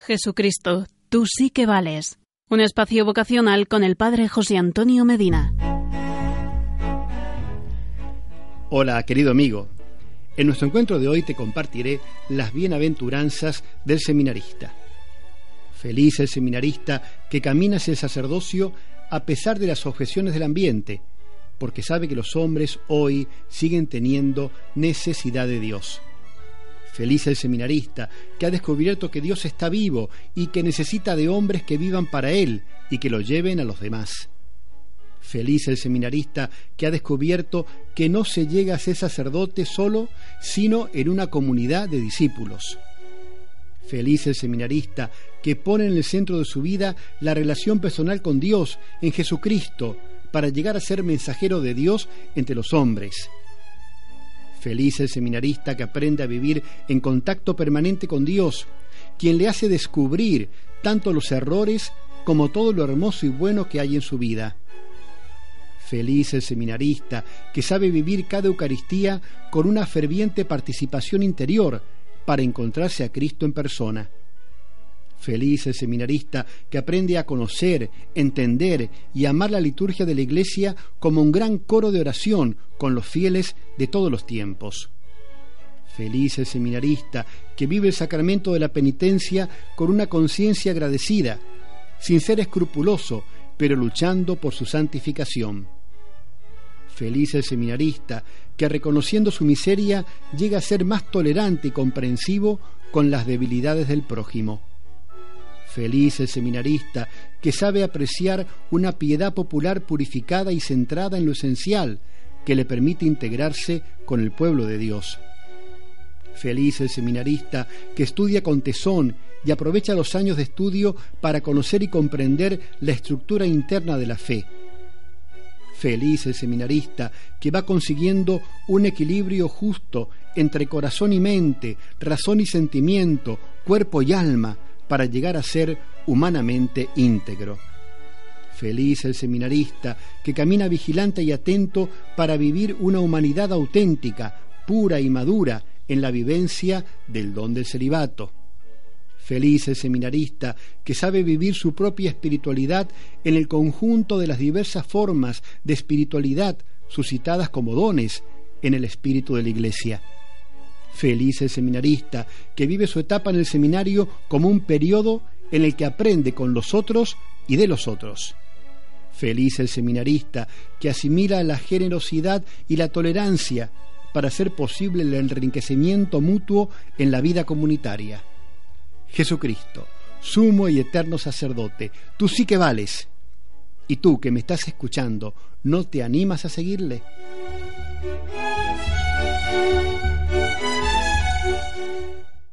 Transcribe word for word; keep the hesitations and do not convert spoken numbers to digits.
Jesucristo, tú sí que vales. Un espacio vocacional con el Padre José Antonio Medina. Hola, querido amigo. En nuestro encuentro de hoy te compartiré las bienaventuranzas del seminarista. Feliz el seminarista que camina hacia el sacerdocio a pesar de las objeciones del ambiente, porque sabe que los hombres hoy siguen teniendo necesidad de Dios. Feliz el seminarista que ha descubierto que Dios está vivo y que necesita de hombres que vivan para Él y que lo lleven a los demás. Feliz el seminarista que ha descubierto que no se llega a ser sacerdote solo, sino en una comunidad de discípulos. Feliz el seminarista que pone en el centro de su vida la relación personal con Dios en Jesucristo para llegar a ser mensajero de Dios entre los hombres. Feliz el seminarista que aprende a vivir en contacto permanente con Dios, quien le hace descubrir tanto los errores como todo lo hermoso y bueno que hay en su vida. Feliz el seminarista que sabe vivir cada Eucaristía con una ferviente participación interior para encontrarse a Cristo en persona. Feliz el seminarista que aprende a conocer, entender y amar la liturgia de la Iglesia como un gran coro de oración con los fieles de todos los tiempos. Feliz el seminarista que vive el sacramento de la penitencia con una conciencia agradecida, sin ser escrupuloso, pero luchando por su santificación. Feliz el seminarista que, reconociendo su miseria, llega a ser más tolerante y comprensivo con las debilidades del prójimo. Feliz el seminarista que sabe apreciar una piedad popular purificada y centrada en lo esencial, que le permite integrarse con el pueblo de Dios. Feliz el seminarista que estudia con tesón y aprovecha los años de estudio para conocer y comprender la estructura interna de la fe. Feliz el seminarista que va consiguiendo un equilibrio justo entre corazón y mente, razón y sentimiento, cuerpo y alma, para llegar a ser humanamente íntegro. Feliz el seminarista que camina vigilante y atento para vivir una humanidad auténtica, pura y madura en la vivencia del don del celibato. Feliz el seminarista que sabe vivir su propia espiritualidad en el conjunto de las diversas formas de espiritualidad suscitadas como dones en el espíritu de la Iglesia. Feliz el seminarista que vive su etapa en el seminario como un periodo en el que aprende con los otros y de los otros. Feliz el seminarista que asimila la generosidad y la tolerancia para hacer posible el enriquecimiento mutuo en la vida comunitaria. Jesucristo, sumo y eterno sacerdote, tú sí que vales. Y tú que me estás escuchando, ¿no te animas a seguirle?